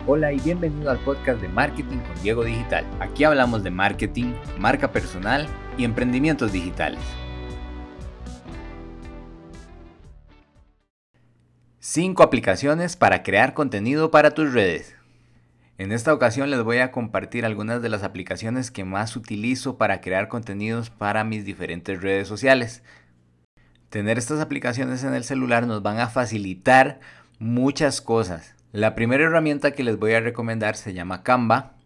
Hola y bienvenido al podcast de Marketing con Diego Digital. Aquí hablamos de marketing, marca personal y emprendimientos digitales. 5 aplicaciones para crear contenido para tus redes. En esta ocasión les voy a compartir algunas de las aplicaciones que más utilizo para crear contenidos para mis diferentes redes sociales. Tener estas aplicaciones en el celular nos van a facilitar muchas cosas. La primera herramienta que les voy a recomendar se llama Canva.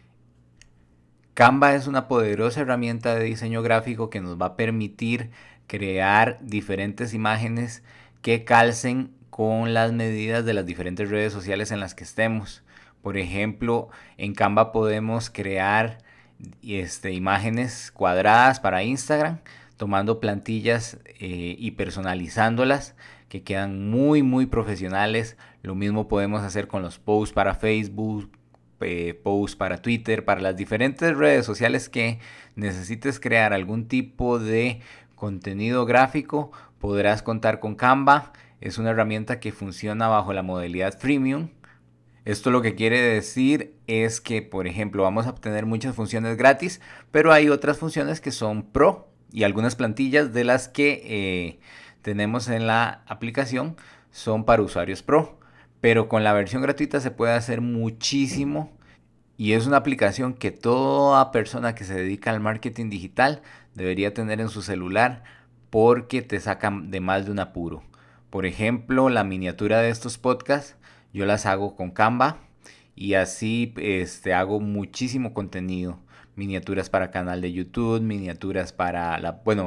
Canva es una poderosa herramienta de diseño gráfico que nos va a permitir crear diferentes imágenes que calcen con las medidas de las diferentes redes sociales en las que estemos. Por ejemplo, en Canva podemos crear imágenes cuadradas para Instagram, tomando plantillas y personalizándolas que quedan muy profesionales. Lo mismo podemos hacer con los posts para Facebook, posts para Twitter, para las diferentes redes sociales que necesites crear algún tipo de contenido gráfico. Podrás contar con Canva. Es una herramienta que funciona bajo la modalidad freemium. Esto lo que quiere decir es que, por ejemplo, vamos a obtener muchas funciones gratis, pero hay otras funciones que son pro y algunas plantillas de las que tenemos en la aplicación son para usuarios pro. Pero con la versión gratuita se puede hacer muchísimo y es una aplicación que toda persona que se dedica al marketing digital debería tener en su celular porque te sacan de más de un apuro. Por ejemplo, la miniatura de estos podcasts yo las hago con Canva y así hago muchísimo contenido. Miniaturas para canal de YouTube, miniaturas para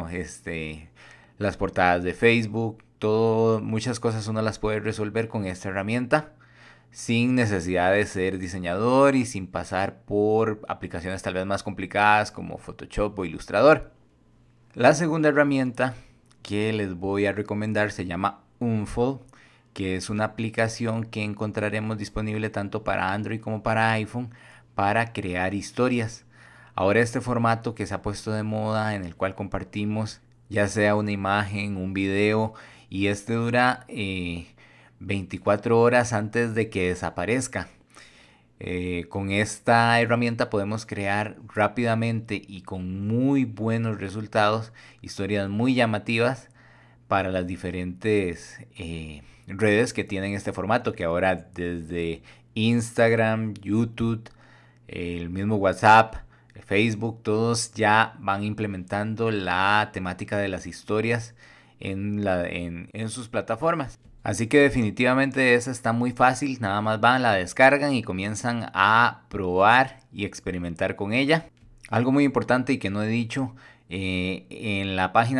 las portadas de Facebook, muchas cosas uno las puede resolver con esta herramienta sin necesidad de ser diseñador y sin pasar por aplicaciones tal vez más complicadas como Photoshop o Illustrator. La segunda herramienta que les voy a recomendar se llama Unfold, que es una aplicación que encontraremos disponible tanto para Android como para iPhone para crear historias. Ahora este formato que se ha puesto de moda en el cual compartimos ya sea una imagen, un video y dura 24 horas antes de que desaparezca. Con esta herramienta podemos crear rápidamente y con muy buenos resultados historias muy llamativas para las diferentes redes que tienen este formato, que ahora desde Instagram, YouTube, el mismo WhatsApp, Facebook, todos ya van implementando la temática de las historias en sus plataformas. Así que definitivamente esa está muy fácil, nada más van, la descargan y comienzan a probar y experimentar con ella. Algo muy importante y que no he dicho, en la página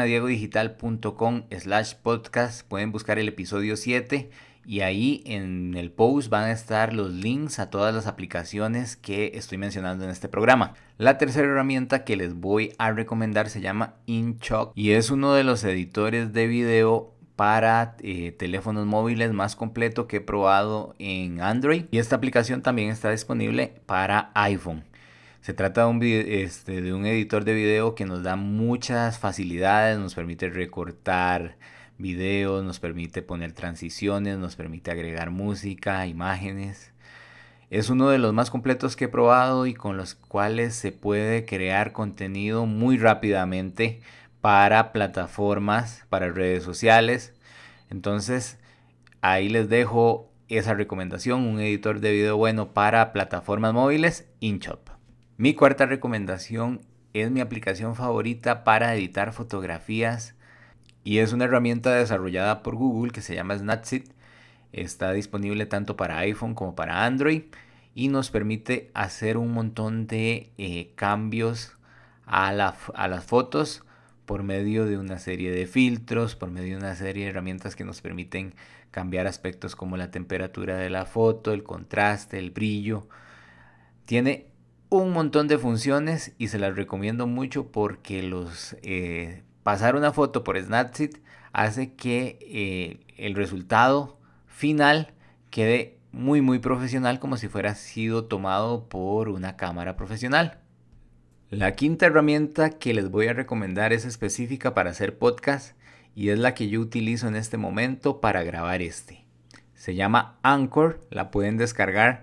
diegodigital.com/podcast pueden buscar el episodio 7 y ahí en el post van a estar los links a todas las aplicaciones que estoy mencionando en este programa. La tercera herramienta que les voy a recomendar se llama InShot y es uno de los editores de video para teléfonos móviles más completo que he probado en Android, y esta aplicación también está disponible para iPhone. Se trata de un editor de video que nos da muchas facilidades, nos permite recortar videos, nos permite poner transiciones, nos permite agregar música, imágenes. Es uno de los más completos que he probado y con los cuales se puede crear contenido muy rápidamente para plataformas, para redes sociales. Entonces, ahí les dejo esa recomendación, un editor de video bueno para plataformas móviles, InShot. Mi cuarta recomendación es mi aplicación favorita para editar fotografías y es una herramienta desarrollada por Google que se llama Snapseed. Está disponible tanto para iPhone como para Android y nos permite hacer un montón de cambios a las fotos por medio de una serie de filtros, por medio de una serie de herramientas que nos permiten cambiar aspectos como la temperatura de la foto, el contraste, el brillo. Tiene un montón de funciones y se las recomiendo mucho porque pasar una foto por Snapseed hace que el resultado final quede muy profesional, como si fuera sido tomado por una cámara profesional. La quinta herramienta que les voy a recomendar es específica para hacer podcast y es la que yo utilizo en este momento para grabar Se llama Anchor, la pueden descargar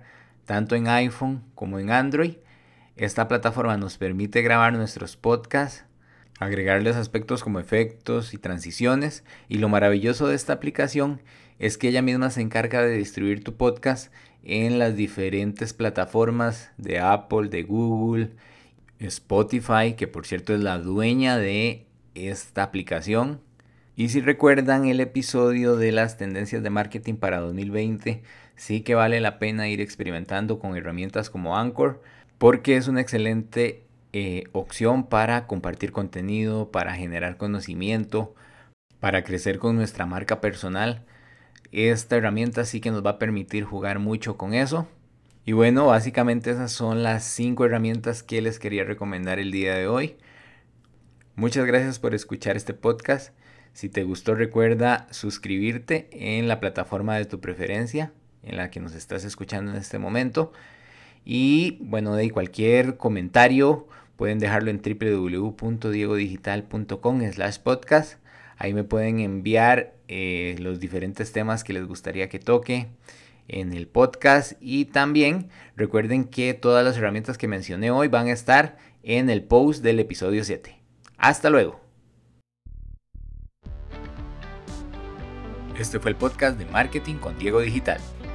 tanto en iPhone como en Android. Esta plataforma nos permite grabar nuestros podcasts, agregarles aspectos como efectos y transiciones, y lo maravilloso de esta aplicación es que ella misma se encarga de distribuir tu podcast en las diferentes plataformas de Apple, de Google, Spotify, que por cierto es la dueña de esta aplicación. Y si recuerdan el episodio de las tendencias de marketing para 2020, sí que vale la pena ir experimentando con herramientas como Anchor, porque es una excelente opción para compartir contenido, para generar conocimiento, para crecer con nuestra marca personal. Esta herramienta sí que nos va a permitir jugar mucho con eso. Y bueno, básicamente esas son las 5 herramientas que les quería recomendar el día de hoy. Muchas gracias por escuchar este podcast. Si te gustó, recuerda suscribirte en la plataforma de tu preferencia en la que nos estás escuchando en este momento. Y bueno, de cualquier comentario pueden dejarlo en www.diegodigital.com/podcast. Ahí me pueden enviar los diferentes temas que les gustaría que toque en el podcast. Y también recuerden que todas las herramientas que mencioné hoy van a estar en el post del episodio 7. Hasta luego. Este fue el podcast de Marketing con Diego Digital.